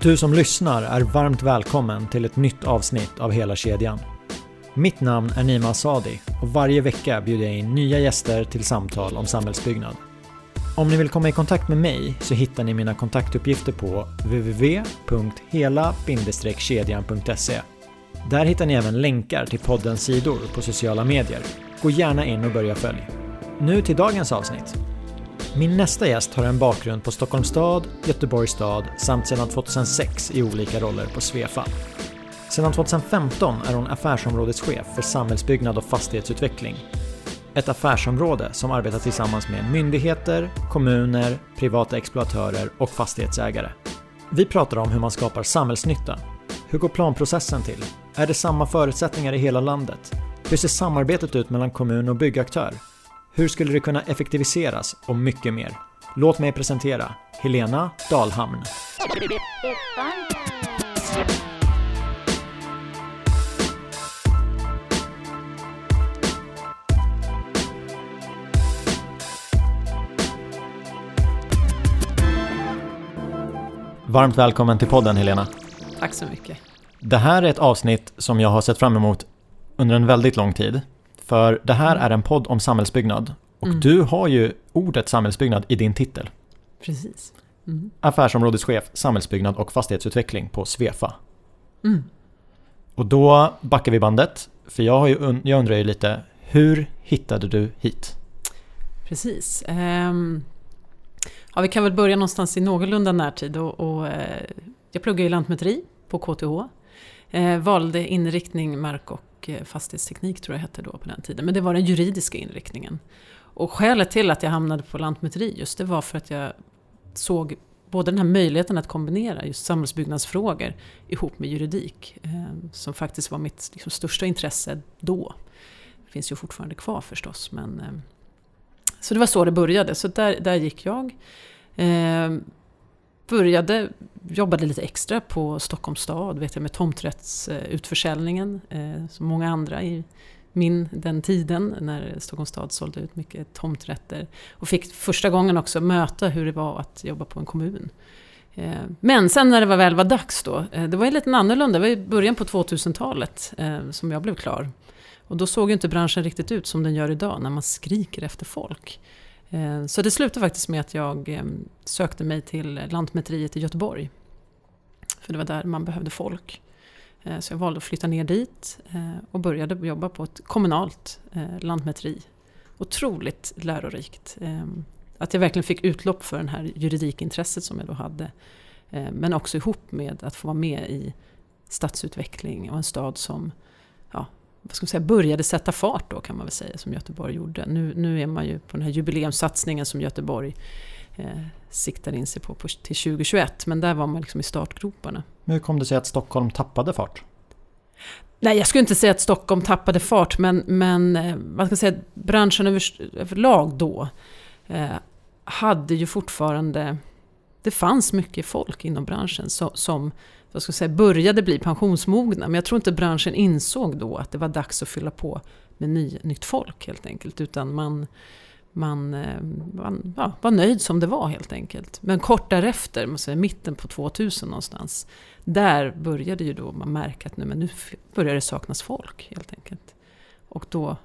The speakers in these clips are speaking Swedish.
Du som lyssnar är varmt välkommen till ett nytt avsnitt av Hela kedjan. Mitt namn är Nima Asadi och varje vecka bjuder jag in nya gäster till samtal om samhällsbyggnad. Om ni vill komma i kontakt med mig så hittar ni mina kontaktuppgifter på www.hela-kedjan.se. Där hittar ni även länkar till poddens sidor på sociala medier. Gå gärna in och börja följ. Nu till dagens avsnitt. Min nästa gäst har en bakgrund på Stockholms stad, Göteborgs stad samt sedan 2006 i olika roller på Svefa. Sedan 2015 är hon affärsområdeschef för samhällsbyggnad och fastighetsutveckling. Ett affärsområde som arbetar tillsammans med myndigheter, kommuner, privata exploatörer och fastighetsägare. Vi pratar om hur man skapar samhällsnytta. Hur går planprocessen till? Är det samma förutsättningar i hela landet? Hur ser samarbetet ut mellan kommun och byggaktör? Hur skulle det kunna effektiviseras och mycket mer? Låt mig presentera Helena Dalhamn. Varmt välkommen till podden, Helena. Tack så mycket. Det här är ett avsnitt som jag har sett fram emot under en väldigt lång tid. För det här är en podd om samhällsbyggnad. Och du har ju ordet samhällsbyggnad i din titel. Precis. Affärsområdeschef, samhällsbyggnad och fastighetsutveckling på Svefa. Och då backar vi bandet. För jag undrar ju lite, hur hittade du hit? Precis. Ja, vi kan väl börja någonstans i någorlunda närtid. Jag pluggade i lantmäteri på KTH. Valde inriktning mark- och fastighetsteknik tror jag hette då på den tiden. Men det var den juridiska inriktningen. Och skälet till att jag hamnade på lantmäteri just det var för att jag såg både den här möjligheten att kombinera just samhällsbyggnadsfrågor ihop med juridik. Som faktiskt var mitt största intresse då. Det finns ju fortfarande kvar förstås. Så det var så det började. Så där gick jag. Jobbade lite extra på Stockholms stad med tomträttsutförsäljningen som många andra i den tiden när Stockholms stad sålde ut mycket tomträtter och fick första gången också möta hur det var att jobba på en kommun. Men sen när det väl var dags då, det var lite annorlunda, det var i början på 2000-talet som jag blev klar. Och då såg ju inte branschen riktigt ut som den gör idag när man skriker efter folk. Så det slutade faktiskt med att jag sökte mig till Lantmäteriet i Göteborg. För det var där man behövde folk. Så jag valde att flytta ner dit och började jobba på ett kommunalt lantmäteri. Otroligt lärorikt. Att jag verkligen fick utlopp för den här juridikintresset som jag då hade. Men också ihop med att få vara med i stadsutveckling och en stad som började sätta fart då kan man väl säga som Göteborg gjorde. Nu är man ju på den här jubileumssatsningen som Göteborg siktar in sig på till 2021. Men där var man liksom i startgroparna. Hur kom det sig att Stockholm tappade fart? Nej, jag skulle inte säga att Stockholm tappade fart. Men man ska säga att branschen överlag då hade ju fortfarande... Det fanns mycket folk inom branschen som började bli pensionsmogna. Men jag tror inte branschen insåg då att det var dags att fylla på med nytt folk helt enkelt. Utan man var nöjd som det var helt enkelt. Men kort därefter, mitten på 2000 någonstans, där började ju då man märka att nu börjar det saknas folk helt enkelt. Och då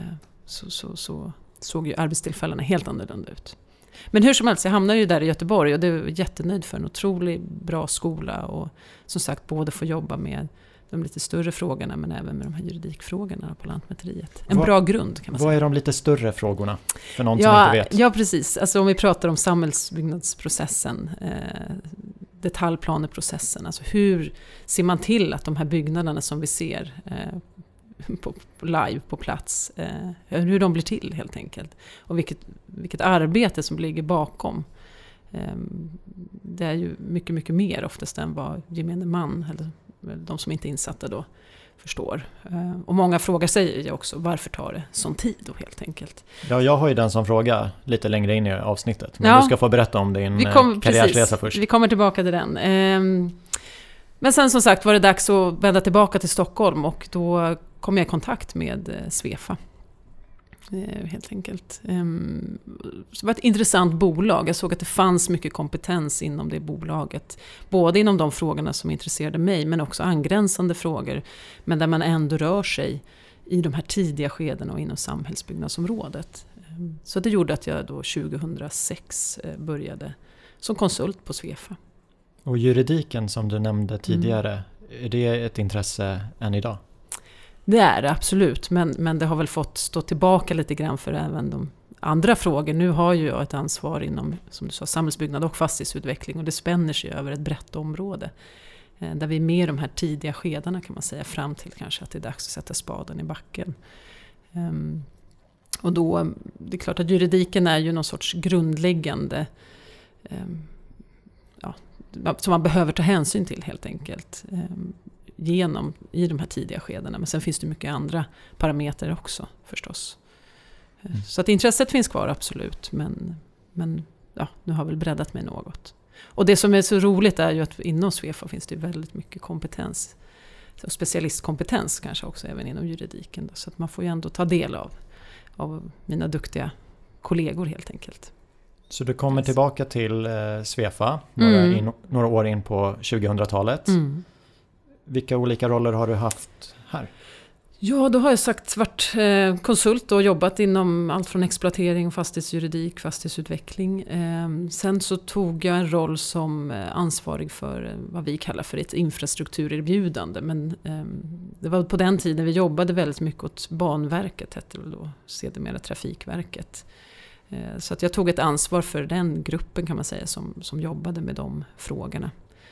så såg ju arbetstillfällena helt annorlunda ut. Men hur som helst, jag hamnade ju där i Göteborg och det var jättenöjd för en otroligt bra skola och som sagt både få jobba med de lite större frågorna men även med de här juridikfrågorna på Lantmäteriet. Bra grund kan man säga. Vad är de lite större frågorna för någon som inte vet? Ja, precis. Alltså om vi pratar om samhällsbyggnadsprocessen, detaljplaneprocessen, alltså hur ser man till att de här byggnaderna som vi ser live på plats, hur de blir till helt enkelt och vilket arbete som ligger bakom. Det är ju mycket, mycket mer oftast än vad gemene man eller de som inte är insatta då förstår. Och många frågar sig också varför tar det sån tid då helt enkelt. Ja, jag har ju den som fråga lite längre in i avsnittet. Men du ska få berätta om din karriärsresa först. Vi kommer tillbaka till den. Men sen som sagt var det dags att vända tillbaka till Stockholm och då kom jag i kontakt med Svefa. helt enkelt. Det var ett intressant bolag. Jag såg att det fanns mycket kompetens inom det bolaget. Både inom de frågorna som intresserade mig, men också angränsande frågor. Men där man ändå rör sig i de här tidiga skedena och inom samhällsbyggnadsområdet. Så det gjorde att jag då 2006 började som konsult på Svefa. Och juridiken som du nämnde tidigare, är det ett intresse än idag? Det är det absolut, men det har väl fått stå tillbaka lite grann för även de andra frågor. Nu har ju jag ett ansvar inom, som du sa, samhällsbyggnad och fastighetsutveckling, och det spänner sig över ett brett område. Där vi är med i de här tidiga skedena, kan man säga, fram till kanske att det är dags att sätta spaden i backen. Och då, det är klart att juridiken är ju någon sorts grundläggande som man behöver ta hänsyn till helt enkelt i de här tidiga skedena. Men sen finns det mycket andra parametrar också förstås. Så att intresset finns kvar absolut, men nu har jag väl breddat mig något. Och det som är så roligt är ju att inom Svefa finns det väldigt mycket kompetens. Och specialistkompetens kanske också även inom juridiken. Så att man får ju ändå ta del av mina duktiga kollegor helt enkelt. Så du kommer tillbaka till Svefa några år in på 2000-talet. Vilka olika roller har du haft här? Ja, då har jag varit konsult och jobbat inom allt från exploatering, fastighetsjuridik, fastighetsutveckling. Sen så tog jag en roll som ansvarig för vad vi kallar för ett infrastrukturerbjudande. Men det var på den tiden vi jobbade väldigt mycket åt Banverket, hette det då, sedermera Trafikverket. Så att jag tog ett ansvar för den gruppen, kan man säga, som jobbade med de frågorna.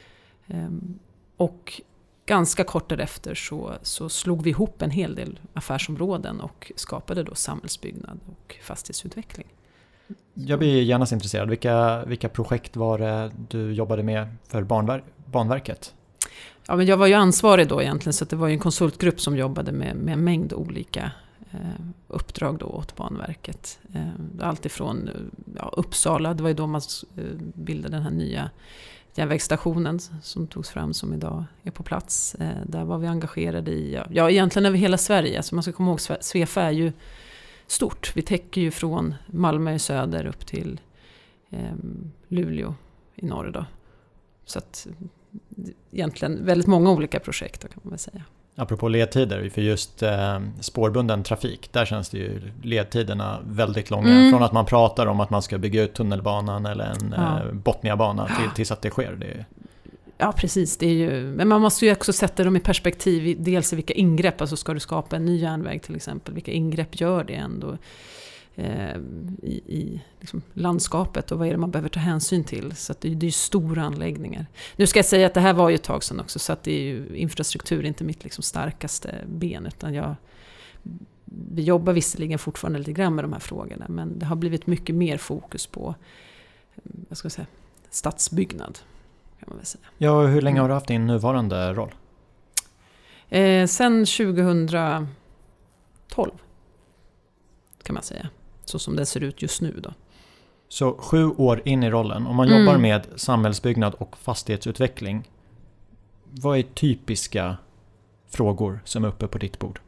Och ganska kort därefter så slog vi ihop en hel del affärsområden och skapade då samhällsbyggnad och fastighetsutveckling. Jag blir gärna intresserad. Vilka projekt var det du jobbade med för Banverket? Ja, men jag var ju ansvarig då egentligen, så det var ju en konsultgrupp som jobbade med en mängd olika uppdrag då åt Banverket. Allt ifrån Uppsala, det var ju då man bildade den här nya järnvägsstationen som togs fram, som idag är på plats. Där var vi engagerade i, egentligen över hela Sverige. Alltså man ska komma ihåg, Svefa är ju stort. Vi täcker ju från Malmö i söder upp till Luleå i norr då. Så att egentligen väldigt många olika projekt då, kan man väl säga. Apropå ledtider, för just spårbunden trafik, där känns det ju ledtiderna väldigt långa. Från att man pratar om att man ska bygga ut tunnelbanan eller en Botniabana tills att det sker. Ja, precis. Det är ju, men man måste ju också sätta dem i perspektiv. Dels i vilka ingrepp, alltså ska du skapa en ny järnväg till exempel, vilka ingrepp gör det ändå i liksom landskapet, och vad är det man behöver ta hänsyn till. Så att det är ju stora anläggningar. Nu ska jag säga att det här var ju ett tag sedan också, så att det är ju, infrastruktur är inte mitt liksom starkaste ben, utan vi jobbar visserligen fortfarande lite grann med de här frågorna, men det har blivit mycket mer fokus på stadsbyggnad, kan man väl säga. Ja, hur länge har du haft din nuvarande roll? Sen 2012 kan man säga. Så som det ser ut just nu då. Så 7 år in i rollen, om man jobbar med samhällsbyggnad och fastighetsutveckling, vad är typiska frågor som är uppe på ditt bord?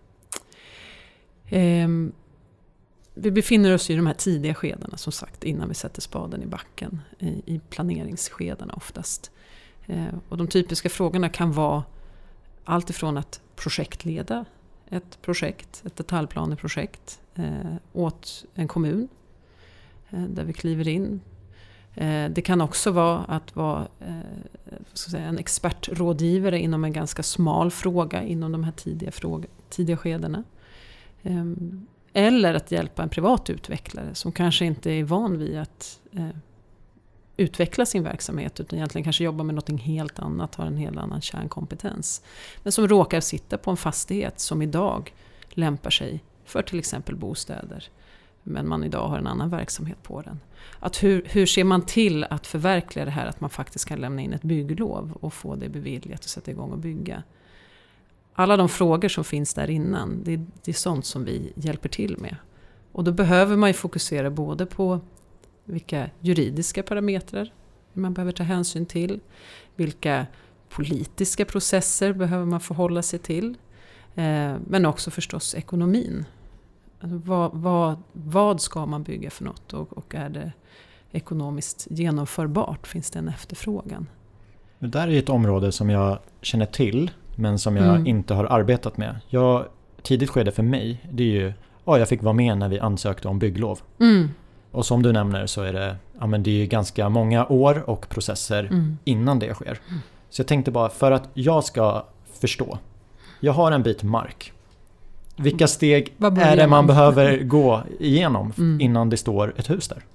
Vi befinner oss i de här tidiga skedena, som sagt, innan vi sätter spaden i backen, i planeringsskedena oftast. Och de typiska frågorna kan vara allt ifrån att projektleda ett detaljplaneprojekt åt en kommun där vi kliver in. Det kan också vara att vara en expertrådgivare inom en ganska smal fråga inom de här tidiga skedena. Eller att hjälpa en privat utvecklare som kanske inte är van vid att utveckla sin verksamhet, utan egentligen kanske jobbar med något helt annat, har en helt annan kärnkompetens. Men som råkar sitta på en fastighet som idag lämpar sig för till exempel bostäder, men man idag har en annan verksamhet på den. Att hur ser man till att förverkliga det här, att man faktiskt kan lämna in ett bygglov och få det beviljat och sätta igång och bygga. Alla de frågor som finns där innan, det är sånt som vi hjälper till med. Och då behöver man ju fokusera både på vilka juridiska parametrar man behöver ta hänsyn till, vilka politiska processer behöver man förhålla sig till, men också förstås ekonomin. Alltså vad ska man bygga för något och är det ekonomiskt genomförbart? Finns det en efterfrågan? Det där är ett område som jag känner till men som jag inte har arbetat med. Tidigt skede för mig, det är ju jag fick vara med när vi ansökte om bygglov. Och som du nämner så är det, det är ganska många år och processer innan det sker. Så jag tänkte bara, för att jag ska förstå. Jag har en bit mark. Vilka steg är det man behöver gå igenom innan det står ett hus där?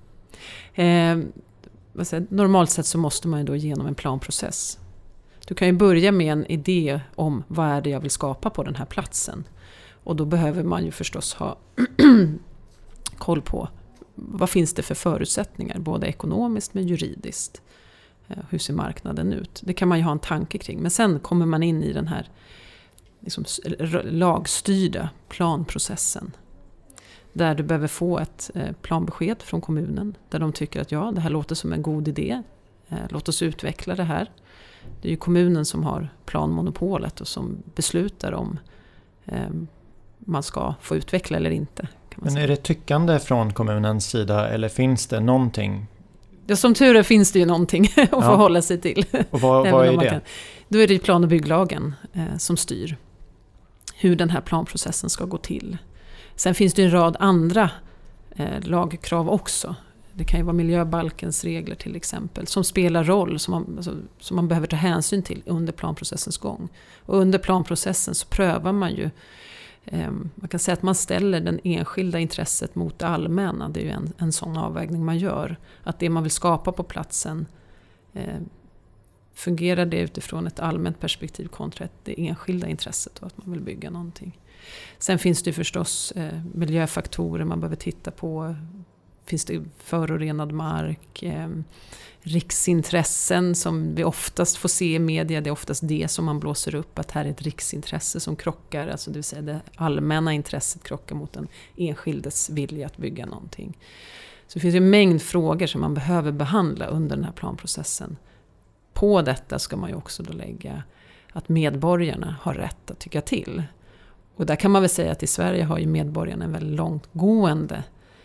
Normalt sett så måste man ju då igenom en planprocess. Du kan ju börja med en idé om vad är det jag vill skapa på den här platsen. Och då behöver man ju förstås ha koll på vad finns det för förutsättningar, både ekonomiskt men juridiskt. Hur ser marknaden ut? Det kan man ju ha en tanke kring. Men sen kommer man in i den här liksom lagstyrda planprocessen. Där du behöver få ett planbesked från kommunen. Där de tycker att det här låter som en god idé. Låt oss utveckla det här. Det är ju kommunen som har planmonopolet och som beslutar om man ska få utveckla eller inte. Men är det tyckande från kommunens sida eller finns det någonting? Ja, som tur är finns det ju någonting att förhålla sig till. Och vad är det? Då är det plan- och bygglagen som styr hur den här planprocessen ska gå till. Sen finns det en rad andra lagkrav också. Det kan ju vara miljöbalkens regler till exempel som spelar roll, som man behöver ta hänsyn till under planprocessens gång. Och under planprocessen så prövar man ju, man kan säga att man ställer den enskilda intresset mot det allmänna. Det är ju en sån avvägning man gör. Att det man vill skapa på platsen, fungerar det utifrån ett allmänt perspektiv kontra det enskilda intresset och att man vill bygga någonting. Sen finns det förstås miljöfaktorer man behöver titta på. Finns det förorenad mark, riksintressen som vi oftast får se i media. Det är oftast det som man blåser upp, att här är ett riksintresse som krockar. Alltså det vill säga det allmänna intresset krockar mot en enskildes vilja att bygga någonting. Så det finns en mängd frågor som man behöver behandla under den här planprocessen. På detta ska man ju också då lägga att medborgarna har rätt att tycka till. Och där kan man väl säga att i Sverige har ju medborgarna en väldigt långtgående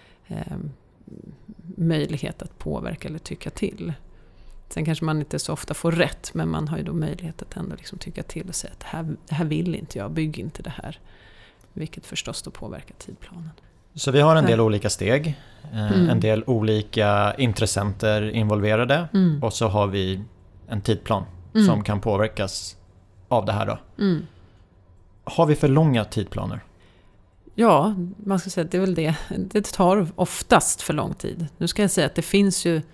möjlighet att påverka eller tycka till. Sen kanske man inte så ofta får rätt, men man har ju då möjlighet att ändå liksom tycka till och säga att det här vill inte jag, bygg inte det här. Vilket förstås då påverkar tidplanen. Så vi har en del olika steg, en del olika intressenter involverade och så har vi en tidplan som kan påverkas av det här då. Har vi för långa tidplaner? Ja, man ska säga att det är väl det. Det tar oftast för lång tid. Nu ska jag säga att det finns ju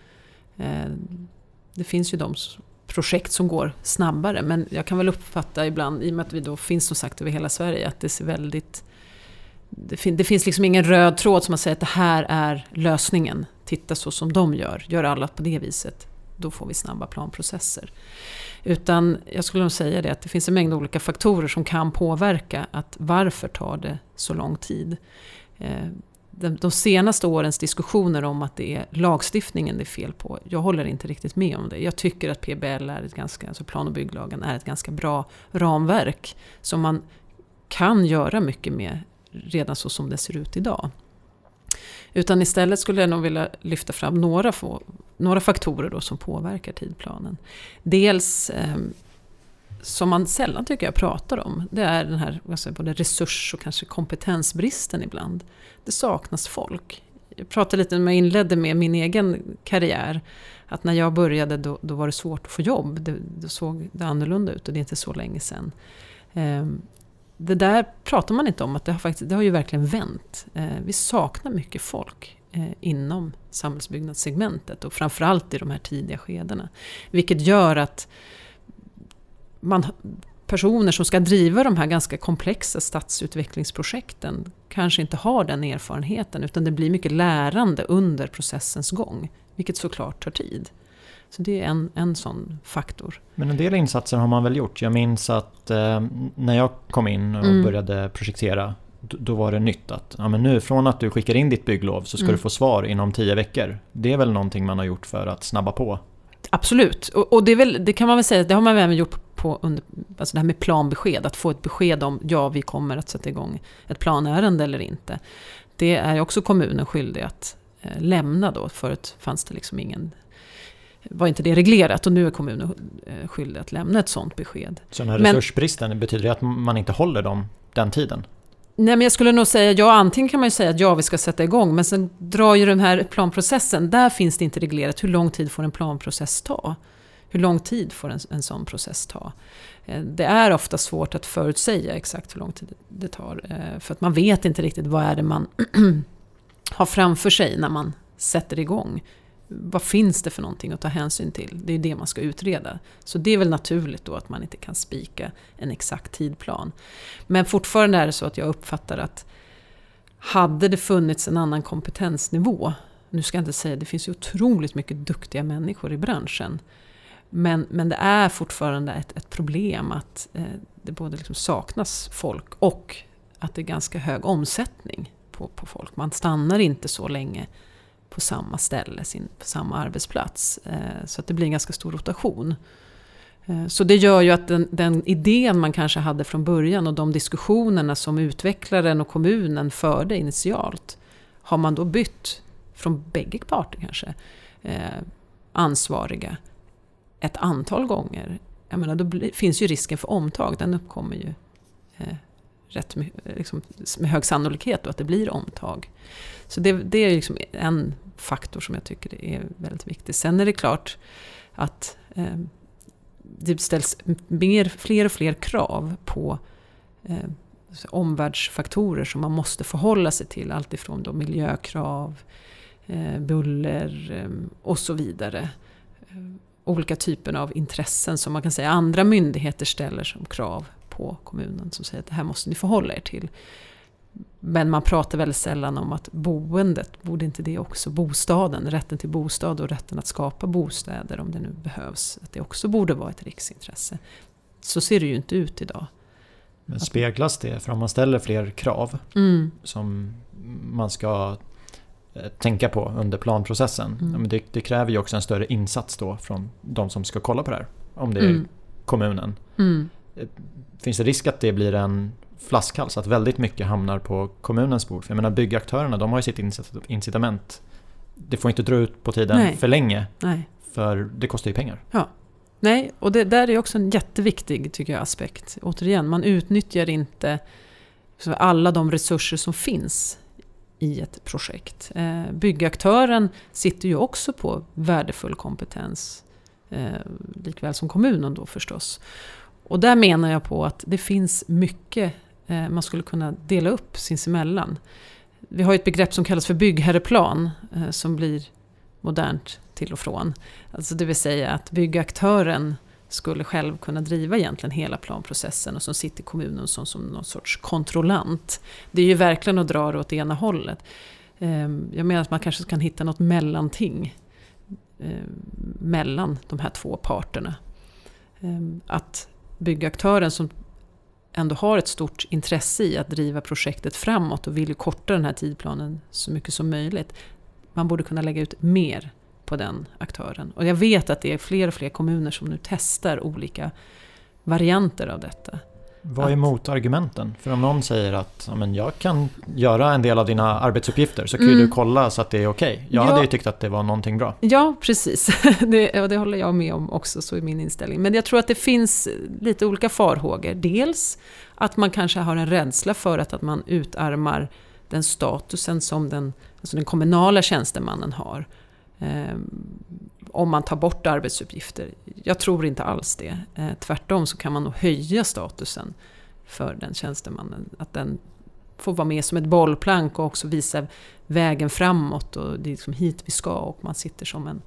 de projekt som går snabbare. Men jag kan väl uppfatta ibland, i och med att vi då finns som sagt över hela Sverige, att det ser väldigt... Det finns liksom ingen röd tråd som man säger att det här är lösningen. Titta så som de gör alla på det viset. Då får vi snabba planprocesser. Utan jag skulle nog säga det att det finns en mängd olika faktorer som kan påverka att varför tar det så lång tid. De senaste årens diskussioner om att det är lagstiftningen det är fel på, jag håller inte riktigt med om det. Jag tycker att PBL är alltså plan- och bygglagen är ett ganska bra ramverk som man kan göra mycket med redan så som det ser ut idag. Utan istället skulle jag nog vilja lyfta fram några faktorer då som påverkar tidplanen. Dels som man sällan tycker jag pratar om, det är den här både resurs- och kanske kompetensbristen ibland. Det saknas folk. Jag pratade lite när jag inledde med min egen karriär, att när jag började då var det svårt att få jobb. Då såg det annorlunda ut och det är inte så länge sedan. Det där pratar man inte om, att det har ju verkligen vänt. Vi saknar mycket folk inom samhällsbyggnadssegmentet och framförallt i de här tidiga skedena. Vilket gör att personer som ska driva de här ganska komplexa stadsutvecklingsprojekten kanske inte har den erfarenheten, utan det blir mycket lärande under processens gång, vilket såklart tar tid. Så det är en sån faktor. Men en del insatser har man väl gjort. Jag minns att när jag kom in och började projektera, då var det nytt att men nu från att du skickar in ditt bygglov så ska du få svar inom 10 veckor. Det är väl någonting man har gjort för att snabba på? Absolut. Och det kan man väl säga att det har man även gjort alltså det här med planbesked, att få ett besked om vi kommer att sätta igång ett planärende eller inte. Det är också kommunen skyldig att lämna då. Förut fanns det liksom var inte det reglerat, och nu är kommunen skyldig att lämna ett sådant besked. Så den här resursbristen, betyder det att man inte håller den tiden? Nej, men jag skulle nog säga, antingen kan man ju säga att vi ska sätta igång, men sen drar ju den här planprocessen, där finns det inte reglerat hur lång tid får en planprocess ta. Hur lång tid får en sån process ta? Det är ofta svårt att förutsäga exakt hur lång tid det tar, för att man vet inte riktigt vad är det man har framför sig när man sätter igång. Vad finns det för någonting att ta hänsyn till? Det är det man ska utreda. Så det är väl naturligt då att man inte kan spika en exakt tidplan. Men fortfarande är det så att jag uppfattar att hade det funnits en annan kompetensnivå, nu ska jag inte säga, det finns ju otroligt mycket duktiga människor i branschen, men det är fortfarande ett problem att det både liksom saknas folk och att det är ganska hög omsättning på folk. Man stannar inte så länge på samma ställe, på samma arbetsplats. Så att det blir en ganska stor rotation. Så det gör ju att den idén man kanske hade från början och de diskussionerna som utvecklaren och kommunen förde initialt, har man då bytt från bägge parter kanske, ansvariga ett antal gånger. Jag menar, då finns ju risken för omtag. Den uppkommer ju liksom, med hög sannolikhet då, att det blir omtag. Så det är liksom en faktor som jag tycker är väldigt viktig. Sen är det klart att det ställs fler och fler krav på omvärldsfaktorer som man måste förhålla sig till. Allt ifrån då miljökrav, buller och så vidare. Olika typer av intressen som man kan säga andra myndigheter ställer som krav på kommunen, som säger att det här måste ni förhålla er till. Men man pratar väldigt sällan om att boendet, borde inte det också, bostaden, rätten till bostad och rätten att skapa bostäder om det nu behövs, att det också borde vara ett riksintresse. Så ser det ju inte ut idag. Men speglas det, för om man ställer fler krav som man ska tänka på under planprocessen, men det kräver ju också en större insats då från de som ska kolla på det här, om det är kommunen. Finns det risk att det blir en flaskhals, att väldigt mycket hamnar på kommunens bord? För jag menar, byggaktörerna, de har ju sitt incitament. Det får inte dra ut på tiden för länge. Nej. För det kostar ju pengar. Ja. Nej, och det där är också en jätteviktig, tycker jag, aspekt. Återigen, man utnyttjar inte alla de resurser som finns i ett projekt. Byggaktören sitter ju också på värdefull kompetens, likväl som kommunen då förstås. Och där menar jag på att det finns mycket man skulle kunna dela upp sinsemellan. Vi har ett begrepp som kallas för byggherreplan, som blir modernt till och från. Alltså det vill säga att byggaktören skulle själv kunna driva egentligen hela planprocessen, och som sitter i kommunen som någon sorts kontrollant. Det är ju verkligen att dra det åt ena hållet. Jag menar att man kanske kan hitta något mellanting mellan de här två parterna. Att byggaktören som ändå har ett stort intresse i att driva projektet framåt och vill ju korta den här tidplanen så mycket som möjligt, man borde kunna lägga ut mer på den aktören. Och jag vet att det är fler och fler kommuner som nu testar olika varianter av detta. Vad är motargumenten? För om någon säger att jag kan göra en del av dina arbetsuppgifter, så kan ju du kolla så att det är okej. Jag hade ju tyckt att det var någonting bra. Ja, precis. Det håller jag med om också, så är min inställning. Men jag tror att det finns lite olika farhågor. Dels att man kanske har en rädsla för att man utarmar den statusen som den kommunala tjänstemannen har. Om man tar bort arbetsuppgifter. Jag tror inte alls det. Tvärtom så kan man nog höja statusen för den tjänstemannen. Att den får vara med som ett bollplank och också visa vägen framåt. Och det är liksom hit vi ska, och man sitter som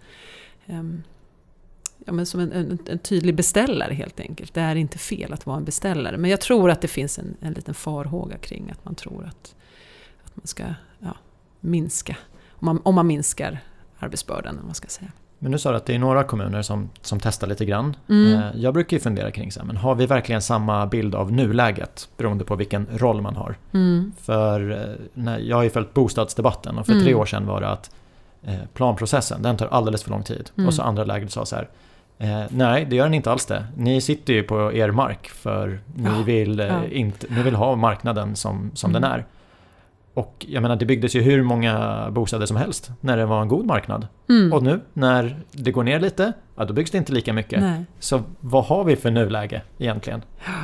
en tydlig beställare helt enkelt. Det är inte fel att vara en beställare. Men jag tror att det finns en liten farhåga kring att man tror att man ska minska. Om man minskar arbetsbördan, om man ska säga. Men du sa att det är några kommuner som testar lite grann. Jag brukar ju fundera kring så här, men har vi verkligen samma bild av nuläget beroende på vilken roll man har? För jag har ju följt bostadsdebatten, och för 3 år sedan var det att planprocessen, den tar alldeles för lång tid. Och så andra läget sa så här, Nej, det gör den inte alls det. Ni sitter ju på er mark för ni vill ha marknaden som den är. Och jag menar, det byggdes ju hur många bostäder som helst när det var en god marknad. Och nu när det går ner lite, då byggs det inte lika mycket. Nej. Så vad har vi för nuläge egentligen?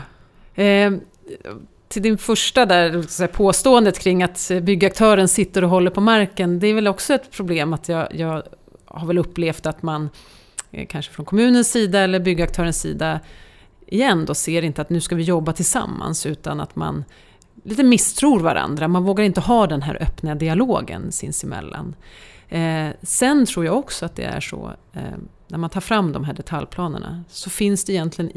Till din första där påståendet kring att byggaktören sitter och håller på marken, det är väl också ett problem att jag har väl upplevt att man kanske från kommunens sida eller byggaktörens sida igen då ser inte att nu ska vi jobba tillsammans, utan att man lite misstror varandra. Man vågar inte ha den här öppna dialogen sinsemellan. Sen tror jag också att det är så, när man tar fram de här detaljplanerna, så finns det egentligen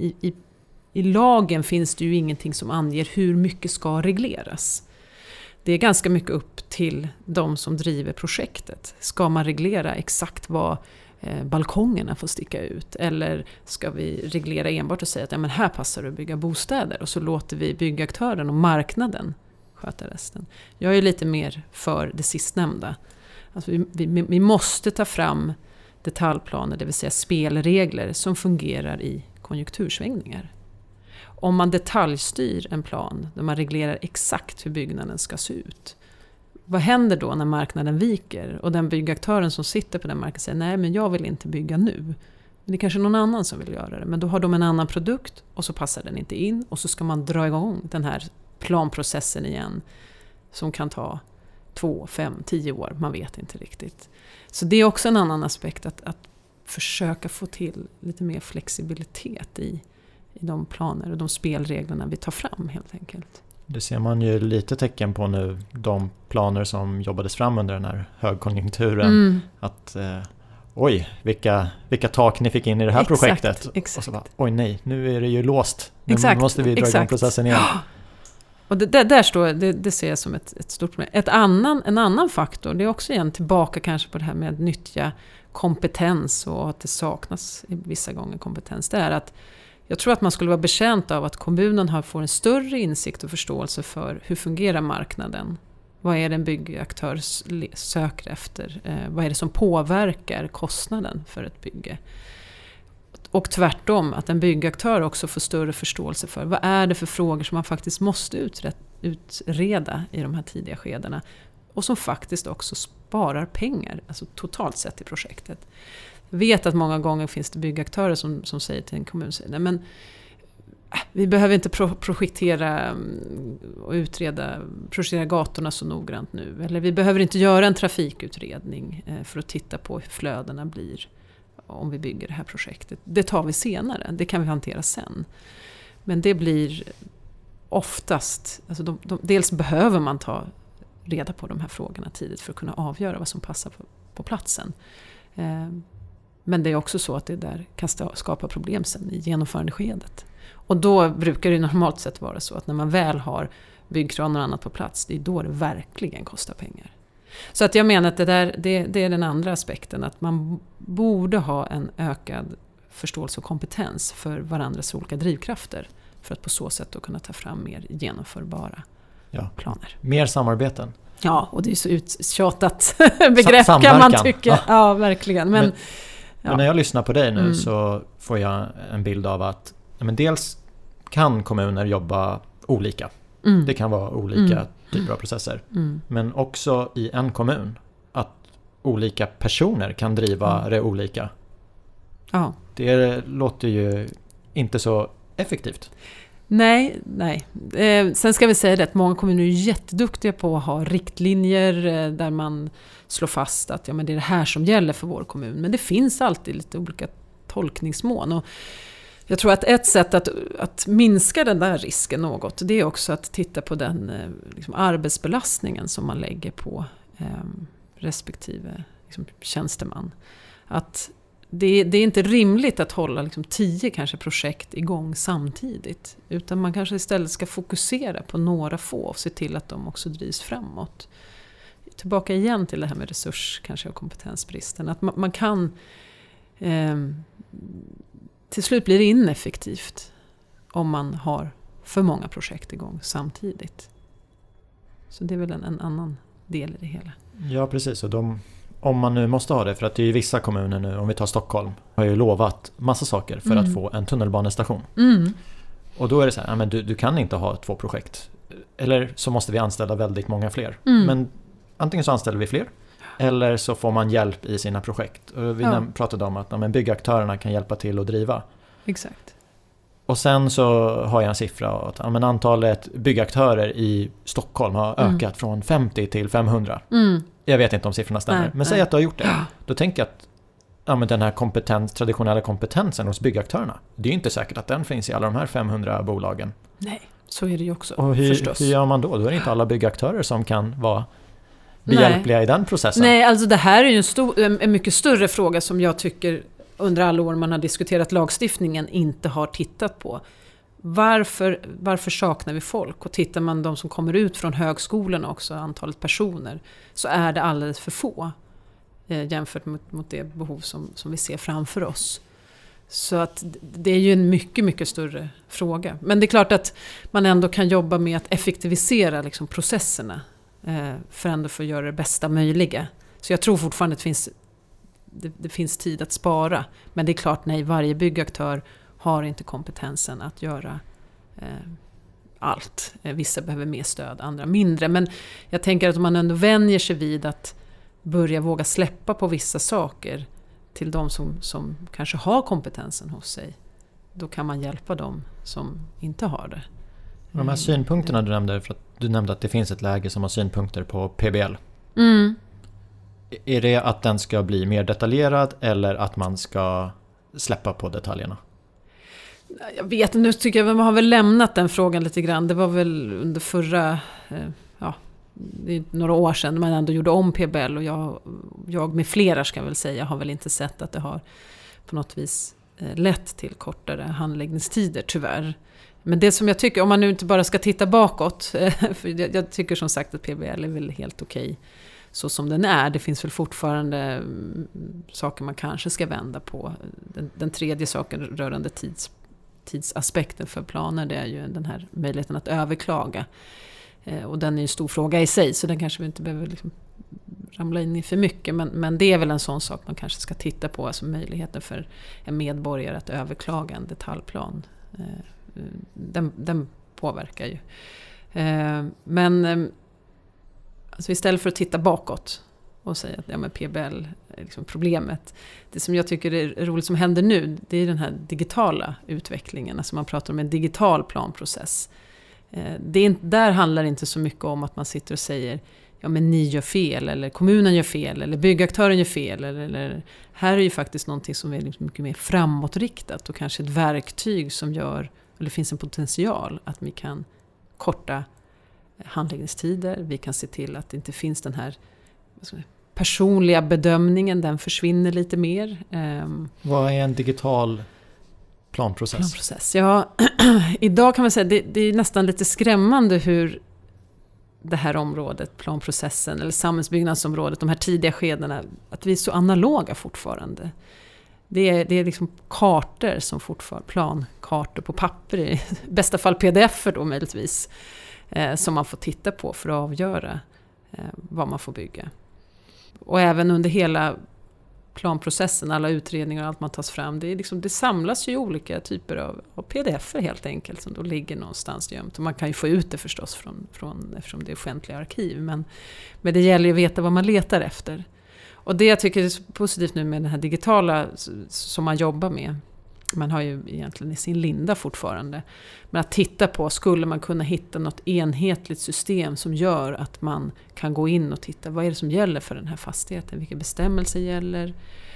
i lagen finns det ju ingenting som anger hur mycket ska regleras. Det är ganska mycket upp till de som driver projektet. Ska man reglera exakt vad balkongerna får sticka ut? Eller ska vi reglera enbart och säga att men här passar det att bygga bostäder, och så låter vi byggaktören och marknaden sköta resten? Jag är lite mer för det sistnämnda. Alltså vi måste ta fram detaljplaner, det vill säga spelregler som fungerar i konjunktursvängningar. Om man detaljstyr en plan där man reglerar exakt hur byggnaden ska se ut, vad händer då när marknaden viker och den byggaktören som sitter på den marken säger nej, men jag vill inte bygga nu. Men det är kanske någon annan som vill göra det, men då har de en annan produkt och så passar den inte in, och så ska man dra igång den här planprocessen igen som kan ta 2, 5, 10 år, man vet inte riktigt. Så det är också en annan aspekt att försöka få till lite mer flexibilitet i de planer och de spelreglerna vi tar fram helt enkelt. Det ser man ju lite tecken på nu, de planer som jobbades fram under den här högkonjunkturen. Att oj, vilka tak ni fick in i det här projektet. Exakt. Och så bara, oj nej, nu är det ju låst. Nu måste vi dra igång processen igen. Och det ser jag som ett stort problem. En annan faktor, det är också igen tillbaka kanske på det här med att nyttja kompetens, och att det saknas vissa gånger kompetens. Det är att jag tror att man skulle vara betjänt av att kommunen får en större insikt och förståelse för hur fungerar marknaden. Vad är det en byggaktör söker efter? Vad är det som påverkar kostnaden för ett bygge? Och tvärtom, att en byggaktör också får större förståelse för vad är det för frågor som man faktiskt måste utreda i de här tidiga skedena. Och som faktiskt också sparar pengar, alltså totalt sett i projektet. Jag vet att många gånger finns det byggaktörer som säger till en kommun, nej men vi behöver inte projektera och projektera gatorna så noggrant nu. Eller vi behöver inte göra en trafikutredning för att titta på hur flödena blir om vi bygger det här projektet. Det tar vi senare, det kan vi hantera sen. Men det blir oftast, alltså dels behöver man ta reda på de här frågorna tidigt för att kunna avgöra vad som passar på platsen. Men det är också så att det där kan skapa problem sen i genomförandeskedet. Och då brukar det normalt sett vara så att när man väl har byggkranar och annat på plats, det är då det verkligen kostar pengar. Så att jag menar att det är den andra aspekten, att man borde ha en ökad förståelse och kompetens för varandras olika drivkrafter för att på så sätt då kunna ta fram mer genomförbara planer. Mer samarbeten. Ja, och det är så uttjatat begrepp kan man tycka. Ja, verkligen. Men när jag lyssnar på dig nu så får jag en bild av att dels kan kommuner jobba olika. Det kan vara olika typer av processer. Men också i en kommun att olika personer kan driva det olika. Ja. Det låter ju inte så effektivt. Nej. Sen ska vi säga det att många kommuner är jätteduktiga på att ha riktlinjer där man slår fast att men det är det här som gäller för vår kommun. Men det finns alltid lite olika tolkningsmån. Och jag tror att ett sätt att minska den där risken något, det är också att titta på den arbetsbelastningen som man lägger på respektive tjänsteman. Att det är inte rimligt att hålla 10 kanske projekt igång samtidigt, utan man kanske istället ska fokusera på några få och se till att de också drivs framåt. Tillbaka igen till det här med resurs kanske och kompetensbristen, att man kan till slut blir det ineffektivt om man har för många projekt igång samtidigt. Så det är väl en annan del i det hela. Ja, precis. Och om man nu måste ha det, för att det är ju vissa kommuner nu, om vi tar Stockholm, har ju lovat massa saker för att få en tunnelbanestation. Och då är det så här, men du kan inte ha 2 projekt. Eller så måste vi anställa väldigt många fler. Men antingen så anställer vi fler, eller så får man hjälp i sina projekt. Och vi pratade om att byggaktörerna kan hjälpa till att driva. Exakt. Och sen så har jag en siffra att antalet byggaktörer i Stockholm har ökat från 50 till 500. Jag vet inte om siffrorna stämmer, men säg att du har gjort det. Då tänker jag att den här traditionella kompetensen hos byggaktörerna, det är ju inte säkert att den finns i alla de här 500 bolagen. Nej, så är det ju också. Och hur gör man då? Då är det inte alla byggaktörer som kan vara behjälpliga i den processen. Nej, alltså det här är ju en mycket större fråga som jag tycker under alla år man har diskuterat lagstiftningen inte har tittat på. Varför saknar vi folk? Och tittar man de som kommer ut från högskolan också, antalet personer, så är det alldeles för få jämfört mot det behov som vi ser framför oss. Så att det är ju en mycket, mycket större fråga. Men det är klart att man ändå kan jobba med att effektivisera liksom processerna för ändå för att göra det bästa möjliga. Så jag tror fortfarande att det finns tid att spara. Men det är klart, nej, varje byggaktör har inte kompetensen att göra allt. Vissa behöver mer stöd, andra mindre. Men jag tänker att om man ändå vänjer sig vid att börja våga släppa på vissa saker till de som kanske har kompetensen hos sig, då kan man hjälpa dem som inte har det. De här synpunkterna du nämnde, för att du nämnde att det finns ett läge som har synpunkter på PBL. Är det att den ska bli mer detaljerad eller att man ska släppa på detaljerna? Jag vet, nu tycker jag att man har väl lämnat den frågan lite grann. Det var väl under förra, det är några år sedan man ändå gjorde om PBL, och jag med flera ska väl säga har väl inte sett att det har på något vis lett till kortare handläggningstider, tyvärr. Men det som jag tycker, om man nu inte bara ska titta bakåt, för jag tycker som sagt att PBL är väl helt okej så som den är. Det finns väl fortfarande saker man kanske ska vända på. Den tredje saken rörande tidsaspekten för planer, det är ju den här möjligheten att överklaga. Och den är ju en stor fråga i sig, så den kanske vi inte behöver liksom ramla in i för mycket. Men det är väl en sån sak man kanske ska titta på, alltså möjligheten för en medborgare att överklaga en detaljplan. Den påverkar ju. Men alltså istället för att titta bakåt och säga att PBL är liksom problemet. Det som jag tycker är roligt som händer nu, det är den här digitala utvecklingen. Alltså man pratar om en digital planprocess. Där handlar det inte så mycket om att man sitter och säger men ni gör fel, eller kommunen gör fel, eller byggaktören gör fel. Eller här är ju faktiskt någonting som är liksom mycket mer framåtriktat och kanske ett verktyg som gör, eller det finns en potential att vi kan korta handläggningstider. Vi kan se till att det inte finns den här personliga bedömningen, den försvinner lite mer. Vad är en digital planprocess? Ja, idag kan man säga det är nästan lite skrämmande hur det här området, planprocessen eller samhällsbyggnadsområdet, de här tidiga skedena, att vi är så analoga fortfarande. Det är liksom kartor som fortfarande, plankartor på papper, i bästa fall pdf-er då möjligtvis, som man får titta på för att avgöra vad man får bygga. Och även under hela planprocessen, alla utredningar och allt man tas fram, det samlas ju olika typer av pdf-er helt enkelt som då ligger någonstans gömt. Och man kan ju få ut det förstås från eftersom det är offentliga arkiv, men det gäller ju att veta vad man letar efter. Och det jag tycker är så positivt nu med den här digitala som man jobbar med, man har ju egentligen i sin linda fortfarande, men att titta på, skulle man kunna hitta något enhetligt system som gör att man kan gå in och titta, vad är det som gäller för den här fastigheten, vilka bestämmelser gäller,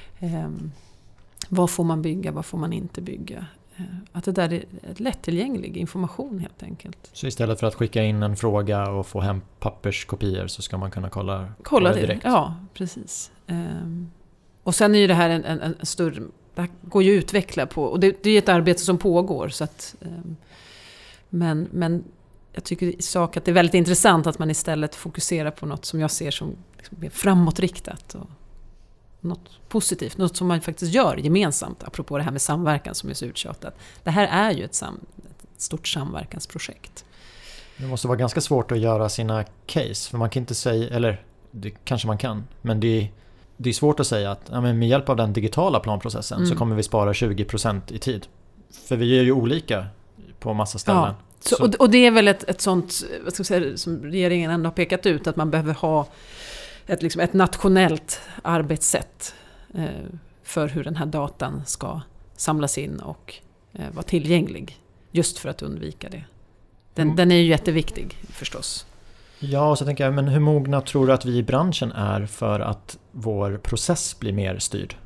vad får man bygga, vad får man inte bygga. Att det där är lättillgänglig information helt enkelt. Så istället för att skicka in en fråga och få hem papperskopior så ska man kunna kolla det direkt? Ja, precis. Och sen är ju det här en större, det här går ju att utveckla på, och det är ett arbete som pågår, så att, men jag tycker i sak att det är väldigt intressant att man istället fokuserar på något som jag ser som liksom mer framåtriktat och något positivt, något som man faktiskt gör gemensamt, apropå det här med samverkan som är så uttjatat. Det här är ju ett stort samverkansprojekt. Det måste vara ganska svårt att göra sina case, för man kan inte säga, eller det kanske man kan, men det det är svårt att säga att men med hjälp av den digitala planprocessen så kommer vi spara 20% i tid. För vi är ju olika på massa ställen. Ja. Och det är väl ett sånt, vad ska jag säga, som regeringen ändå har pekat ut, att man behöver ha ett nationellt arbetssätt för hur den här datan ska samlas in och vara tillgänglig. Just för att undvika det. Den är ju jätteviktig förstås. Ja, och så tänker jag, men hur mogna tror du att vi i branschen är för att vår process blir mer styrd?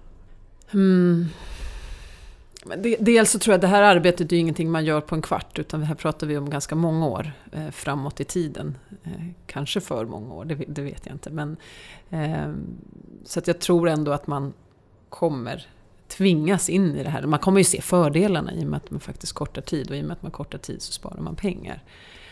Dels så tror jag att det här arbetet är ingenting man gör på en kvart, utan här pratar vi om ganska många år framåt i tiden. Kanske för många år, det vet jag inte. Men, så att jag tror ändå att man kommer tvingas in i det här. Man kommer ju se fördelarna i och med att man faktiskt kortar tid, och i och med att man kortar tid så sparar man pengar.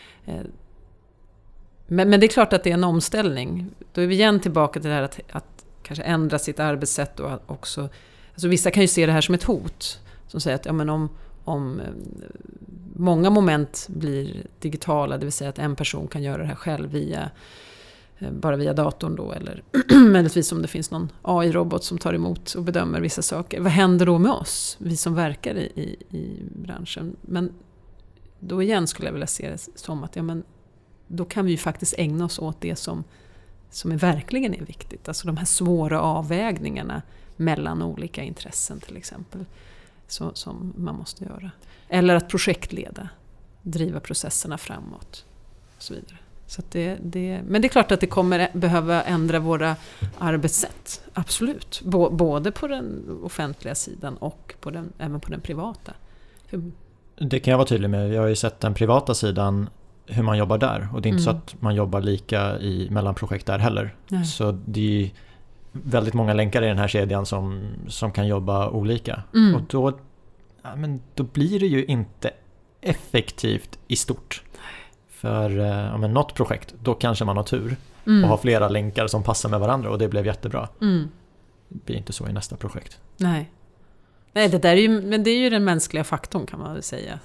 Men det är klart att det är en omställning. Då är vi igen tillbaka till det här att kanske ändra sitt arbetssätt och också, alltså vissa kan ju se det här som ett hot. Som säger att ja, men om många moment blir digitala, det vill säga att en person kan göra det här själv bara via datorn då, eller möjligtvis om det finns någon AI-robot som tar emot och bedömer vissa saker. Vad händer då med oss, vi som verkar i branschen? Men då igen skulle jag vilja se det som att då kan vi ju faktiskt ägna oss åt det som verkligen är viktigt. Alltså de här svåra avvägningarna mellan olika intressen till exempel. Som man måste göra. Eller att projektleda, driva processerna framåt och så vidare. Så att men det är klart att det kommer behöva ändra våra arbetssätt. Absolut. Både på den offentliga sidan och även på den privata. Det kan jag vara tydlig med. Jag har ju sett den privata sidan, hur man jobbar där. Och det är inte så att man jobbar lika mellan projekt där heller. Nej. Så det är väldigt många länkar i den här kedjan som kan jobba olika. Och då blir det ju inte effektivt i stort. För något projekt, då kanske man har tur och har flera länkar som passar med varandra, och det blev jättebra. Det blir inte så i nästa projekt. Nej, det där är ju, men det är ju den mänskliga faktorn, kan man väl säga.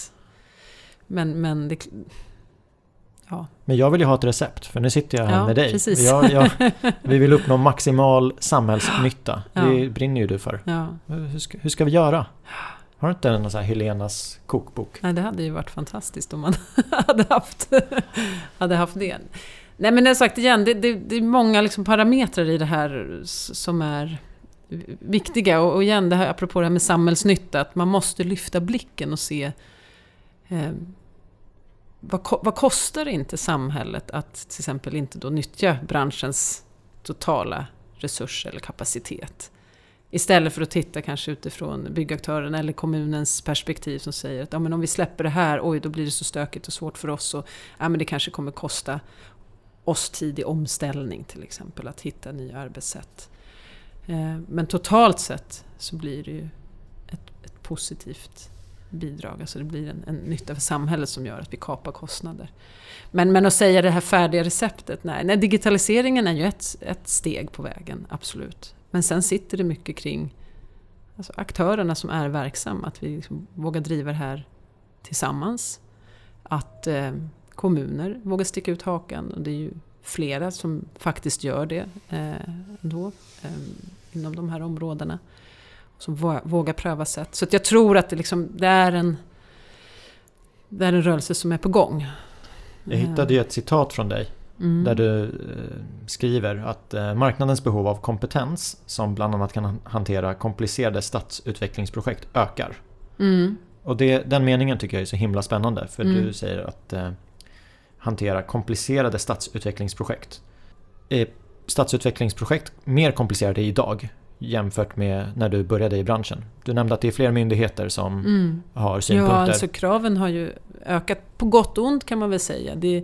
Men det... Ja. Men jag vill ju ha ett recept, för nu sitter jag här med dig. Precis. Vi vill uppnå maximal samhällsnytta. Det brinner ju du för. Ja. Hur ska vi göra? Har du inte någon sån här Helenas kokbok? Nej, det hade ju varit fantastiskt om man hade haft det. Nej, men det är sagt igen, det är många liksom parametrar i det här som är viktiga. Och igen, det här, apropå det här med samhällsnytta, att man måste lyfta blicken och se vad kostar det inte samhället att till exempel inte då nyttja branschens totala resurser eller kapacitet. Istället för att titta kanske utifrån byggaktören eller kommunens perspektiv som säger att men om vi släpper det här, då blir det så stökigt och svårt för oss. Och, men det kanske kommer kosta oss tid i omställning till exempel, att hitta nya arbetssätt. Men totalt sett så blir det ju ett positivt bidrag. Alltså det blir en nytta för samhället som gör att vi kapar kostnader. Men att säga det här färdiga receptet, nej, digitaliseringen är ju ett steg på vägen, absolut. Men sen sitter det mycket kring aktörerna som är verksamma, att vi liksom vågar driva det här tillsammans. Att kommuner vågar sticka ut hakan, och det är ju flera som faktiskt gör det inom de här områdena. Som vågar pröva sätt. Så att jag tror att det är en rörelse som är på gång. Jag hittade ju ett citat från dig där du skriver att marknadens behov av kompetens som bland annat kan hantera komplicerade stadsutvecklingsprojekt ökar. Och den meningen tycker jag är så himla spännande, för du säger att hantera komplicerade stadsutvecklingsprojekt. Är stadsutvecklingsprojekt mer komplicerade idag jämfört med när du började i branschen? Du nämnde att det är fler myndigheter som har synpunkter. Ja, alltså kraven har ju ökat på gott och ont, kan man väl säga. Det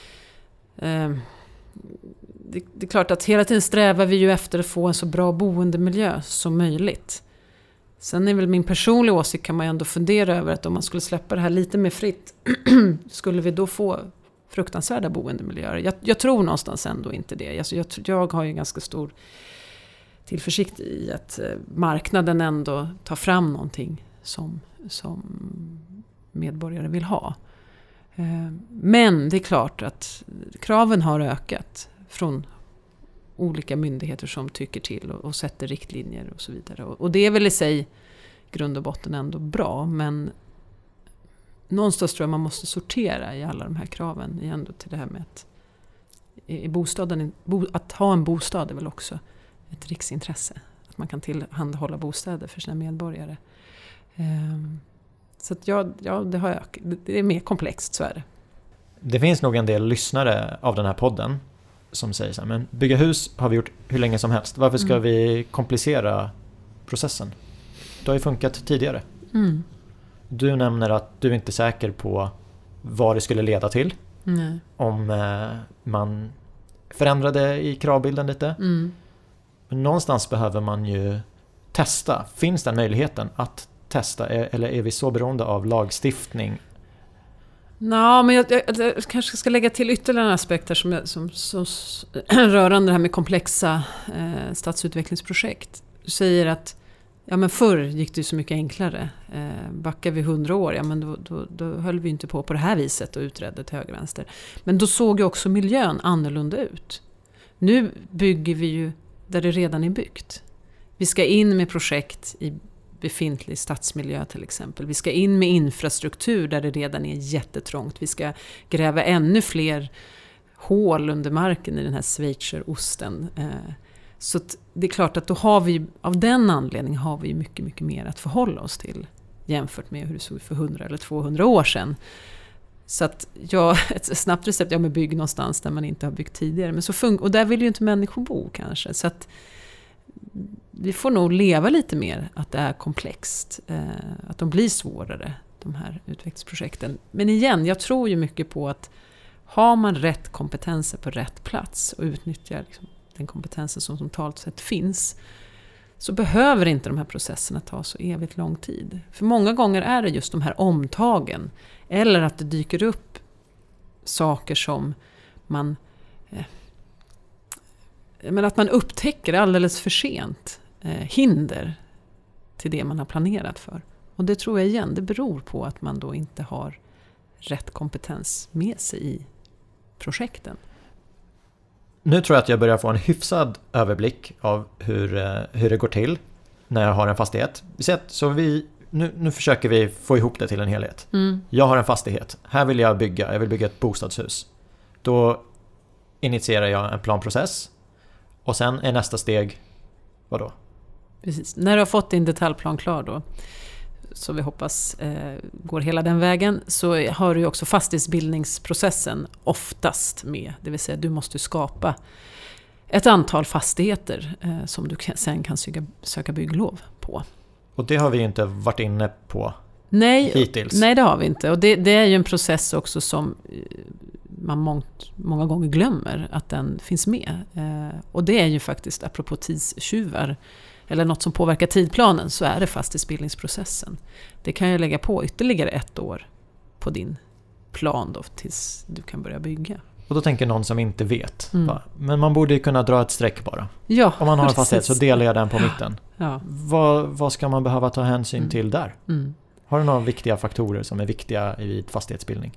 är klart att hela tiden strävar vi ju efter att få en så bra boendemiljö som möjligt. Sen är väl min personliga åsikt, kan man ju ändå fundera över att om man skulle släppa det här lite mer fritt skulle vi då få fruktansvärda boendemiljöer. Jag tror någonstans ändå inte det. Alltså jag har ju ganska stor tillförsikt i att marknaden ändå tar fram någonting som medborgare vill ha. Men det är klart att kraven har ökat från olika myndigheter som tycker till och sätter riktlinjer och så vidare. Och det är väl i sig grund och botten ändå bra, men någonstans tror jag man måste sortera i alla de här kraven ändå till det här med att att ha en bostad är väl också ett riksintresse. Att man kan tillhandahålla bostäder för sina medborgare. Så att det är mer komplext, så är det. Det finns nog en del lyssnare av den här podden som säger så här, men bygga hus har vi gjort hur länge som helst. Varför ska vi komplicera processen? Det har ju funkat tidigare. Mm. Du nämner att du inte är säker på vad det skulle leda till. Nej. Om man förändrade i kravbilden lite. Mm. Men någonstans behöver man ju testa. Finns den möjligheten att testa, eller är vi så beroende av lagstiftning? Men jag kanske ska lägga till ytterligare en aspekt här som rörande det här med komplexa stadsutvecklingsprojekt. Du säger att men förr gick det ju så mycket enklare. Backar vi 100 år, men då höll vi inte på det här viset och utredde till höger och vänster. Men då såg ju också miljön annorlunda ut. Nu bygger vi ju där det redan är byggt. Vi ska in med projekt i befintlig stadsmiljö till exempel. Vi ska in med infrastruktur där det redan är jättetrångt. Vi ska gräva ännu fler hål under marken i den här schweizerosten. Så att det är klart att då har vi, av den anledningen har vi mycket, mycket mer att förhålla oss till jämfört med hur det såg ut för 100 eller 200 år sedan. Så att ett snabbt recept, med bygg någonstans där man inte har byggt tidigare. Men och där vill ju inte människor bo kanske. Så att vi får nog leva lite mer att det är komplext. Att de blir svårare, de här utvecklingsprojekten. Men igen, jag tror ju mycket på att har man rätt kompetenser på rätt plats och utnyttjar liksom den kompetensen som totalt sett finns, så behöver inte de här processerna ta så evigt lång tid. För många gånger är det just de här omtagen, eller att det dyker upp saker som att man upptäcker alldeles för sent hinder till det man har planerat för. Och det tror jag igen, det beror på att man då inte har rätt kompetens med sig i projekten. Nu tror jag att jag börjar få en hyfsad överblick av hur det går till när jag har en fastighet. Så nu försöker vi få ihop det till en helhet. Mm. Jag har en fastighet. Här vill jag vill bygga ett bostadshus. Då initierar jag en planprocess. Och sen är nästa steg, vadå? Precis. När du har fått din detaljplan klar då, så vi hoppas går hela den vägen, så har du ju också fastighetsbildningsprocessen oftast med. Det vill säga du måste skapa ett antal fastigheter som du sen kan söka bygglov på. Och det har vi inte varit inne på hittills. Nej, det har vi inte. Och det är ju en process också som man många gånger glömmer att den finns med. Och det är ju faktiskt, apropå tidstjuvar, eller något som påverkar tidplanen, så är det fastighetsbildningsprocessen. Det kan ju lägga på ytterligare 1 år på din plan då, tills du kan börja bygga. Och då tänker någon som inte vet. Men man borde ju kunna dra ett streck bara. Ja, om man har en fastighet så delar jag den på mitten. Ja. Vad ska man behöva ta hänsyn till där? Har du några viktiga faktorer som är viktiga i fastighetsbildning?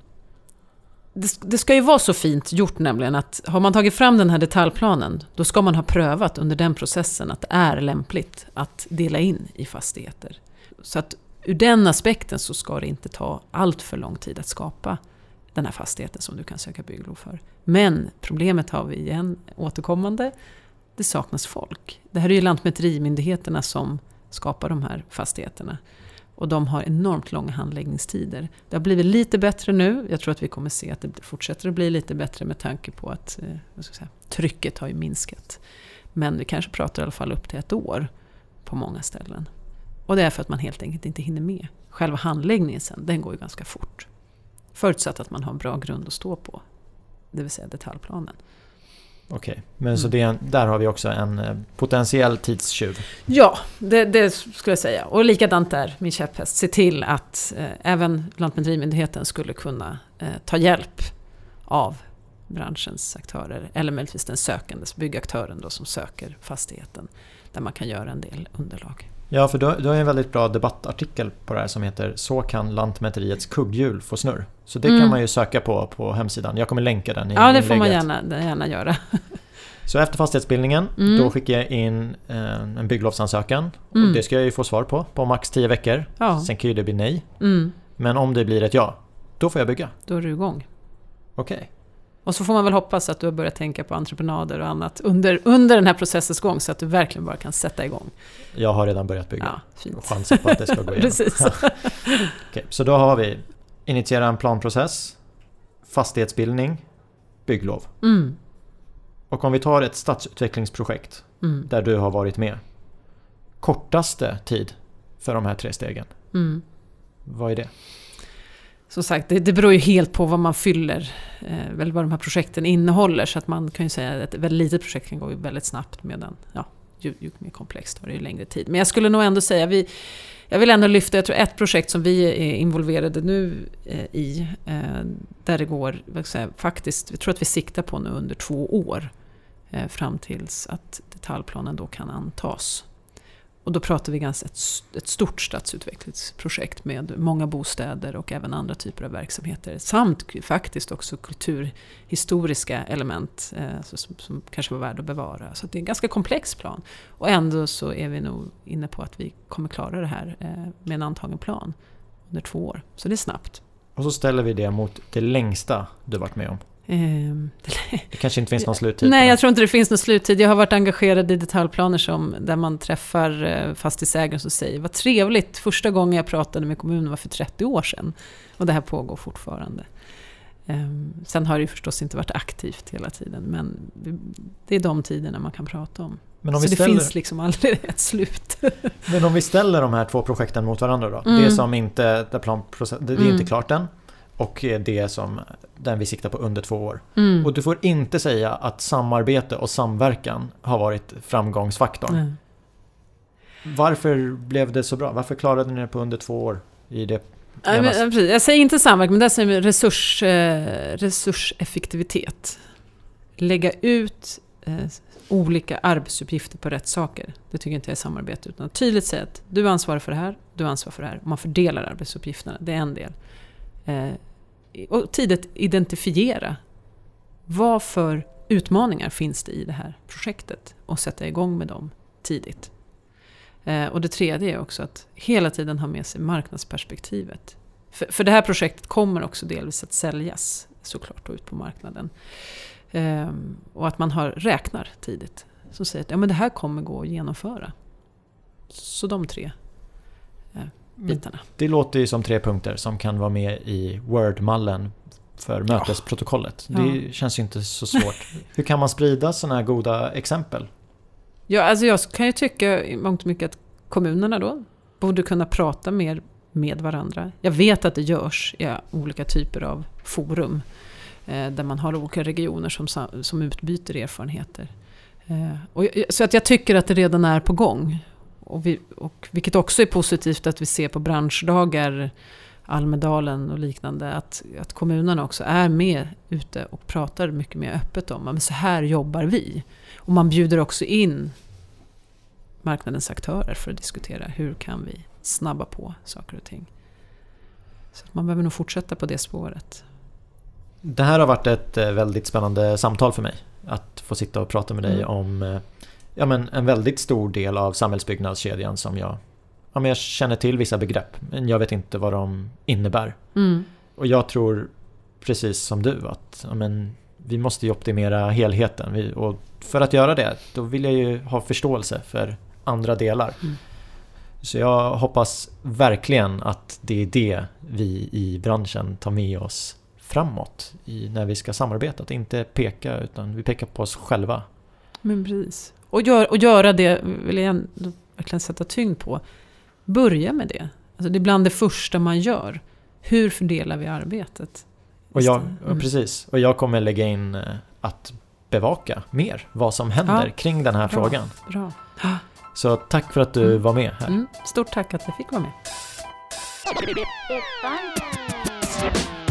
Det ska ju vara så fint gjort nämligen att har man tagit fram den här detaljplanen, då ska man ha prövat under den processen att det är lämpligt att dela in i fastigheter. Så att ur den aspekten så ska det inte ta allt för lång tid att skapa den här fastigheten som du kan söka bygglov för. Men problemet har vi igen återkommande. Det saknas folk. Det här är ju lantmäterimyndigheterna som skapar de här fastigheterna. Och de har enormt långa handläggningstider. Det har blivit lite bättre nu. Jag tror att vi kommer se att det fortsätter att bli lite bättre med tanke på att trycket har ju minskat. Men vi kanske pratar i alla fall upp till 1 år på många ställen. Och det är för att man helt enkelt inte hinner med. Själva handläggningen sen, den går ju ganska fort. Förutsatt att man har en bra grund att stå på. Det vill säga detaljplanen. Okej, men så där har vi också en potentiell tidstjuv. Ja, det skulle jag säga. Och likadant där, min käpphäst. Se till att även Lantmäterimyndigheten skulle kunna ta hjälp av branschens aktörer. Eller möjligtvis den sökandes, byggaktören då, som söker fastigheten. Där man kan göra en del underlag. Ja, för du har en väldigt bra debattartikel på det här som heter Så kan Lantmäteriets kugghjul få snurr. Så det kan man ju söka på hemsidan. Jag kommer länka den i inlägget. Ja, det får man gärna göra. Så efter fastighetsbildningen, då skickar jag in en bygglovsansökan. Och det ska jag ju få svar på max 10 veckor. Ja. Sen kan ju det bli nej. Men om det blir ett ja, då får jag bygga. Då är du igång. Okej. Och så får man väl hoppas att du har börjat tänka på entreprenader och annat under den här processens gång, så att du verkligen bara kan sätta igång. Jag har redan börjat bygga. Ja, fint. Och chansen på att det ska gå igenom. Precis. Okej, så då har vi initiera en planprocess, fastighetsbildning, bygglov. Och om vi tar ett stadsutvecklingsprojekt där du har varit med. Kortaste tid för de här 3 stegen. Vad är det? Som sagt, det beror ju helt på vad man fyller, väl vad de här projekten innehåller. Så att man kan ju säga att ett väldigt litet projekt kan gå väldigt snabbt, medan ju mer komplext har det ju längre tid. Men jag skulle nog ändå säga, jag vill ändå lyfta, jag tror ett projekt som vi är involverade nu i, där det går, faktiskt, jag tror att vi siktar på nu under 2 år fram tills att detaljplanen då kan antas. Och då pratar vi ganska ett stort stadsutvecklingsprojekt med många bostäder och även andra typer av verksamheter. Samt faktiskt också kulturhistoriska element som kanske var värda att bevara. Så det är en ganska komplex plan. Och ändå så är vi nog inne på att vi kommer klara det här med en antagen plan under 2 år. Så det är snabbt. Och så ställer vi det mot det längsta du varit med om. Det kanske inte finns någon sluttid. Nej, jag tror inte det finns någon sluttid. Jag har varit engagerad i detaljplaner där man träffar fastighetsägare som säger, vad trevligt, första gången jag pratade med kommunen var för 30 år sedan. Och det här pågår fortfarande. Sen har det ju förstås inte varit aktivt hela tiden, men det är de tiderna man kan prata om. Men om så det finns liksom aldrig ett slut. Men om vi ställer de här 2 projekten mot varandra då. Det som inte, det är inte klart än. Och det som den vi siktar på under 2 år. Och du får inte säga att samarbete och samverkan har varit framgångsfaktorn. Varför blev det så bra? Varför klarade ni det på under 2 år i det? Jag säger inte samverkan, men där säger vi resurseffektivitet. Lägga ut olika arbetsuppgifter på rätt saker. Det tycker inte jag är samarbete, utan tydligt säga att du ansvarar för det här, du ansvarar för det här. Man fördelar arbetsuppgifterna, det är en del. Och tidigt identifiera vad för utmaningar finns det i det här projektet och sätta igång med dem tidigt. Och det tredje är också att hela tiden ha med sig marknadsperspektivet. För det här projektet kommer också delvis att säljas såklart ut på marknaden. Och att man räknar tidigt. Så säger att men det här kommer gå att genomföra. Så de 3 bitarna. Det låter ju som 3 punkter som kan vara med i Word-mallen för mötesprotokollet. Det känns ju inte så svårt. Hur kan man sprida sådana här goda exempel? Ja, alltså jag kan ju tycka i mångt och mycket att kommunerna då borde kunna prata mer med varandra. Jag vet att det görs i olika typer av forum där man har olika regioner som utbyter erfarenheter. Så att jag tycker att det redan är på gång. Och vilket också är positivt att vi ser på branschdagar, Almedalen och liknande, att kommunerna också är med ute och pratar mycket mer öppet om men så här jobbar vi. Och man bjuder också in marknadens aktörer för att diskutera hur kan vi snabba på saker och ting. Så man behöver nog fortsätta på det spåret. Det här har varit ett väldigt spännande samtal för mig. Att få sitta och prata med dig om en väldigt stor del av samhällsbyggnadskedjan som jag känner till vissa begrepp, men jag vet inte vad de innebär. Och jag tror precis som du att vi måste ju optimera helheten. Och för att göra det, då vill jag ju ha förståelse för andra delar. Så jag hoppas verkligen att det är det vi i branschen tar med oss framåt när vi ska samarbeta. Att inte peka, utan vi pekar på oss själva. Men precis. Och göra det vill jag verkligen sätta tyngd på. Börja med det. Alltså det är bland det första man gör. Hur fördelar vi arbetet? Precis. Och jag kommer lägga in att bevaka mer vad som händer kring den här frågan. Bra. Så tack för att du var med här. Stort tack att jag fick vara med.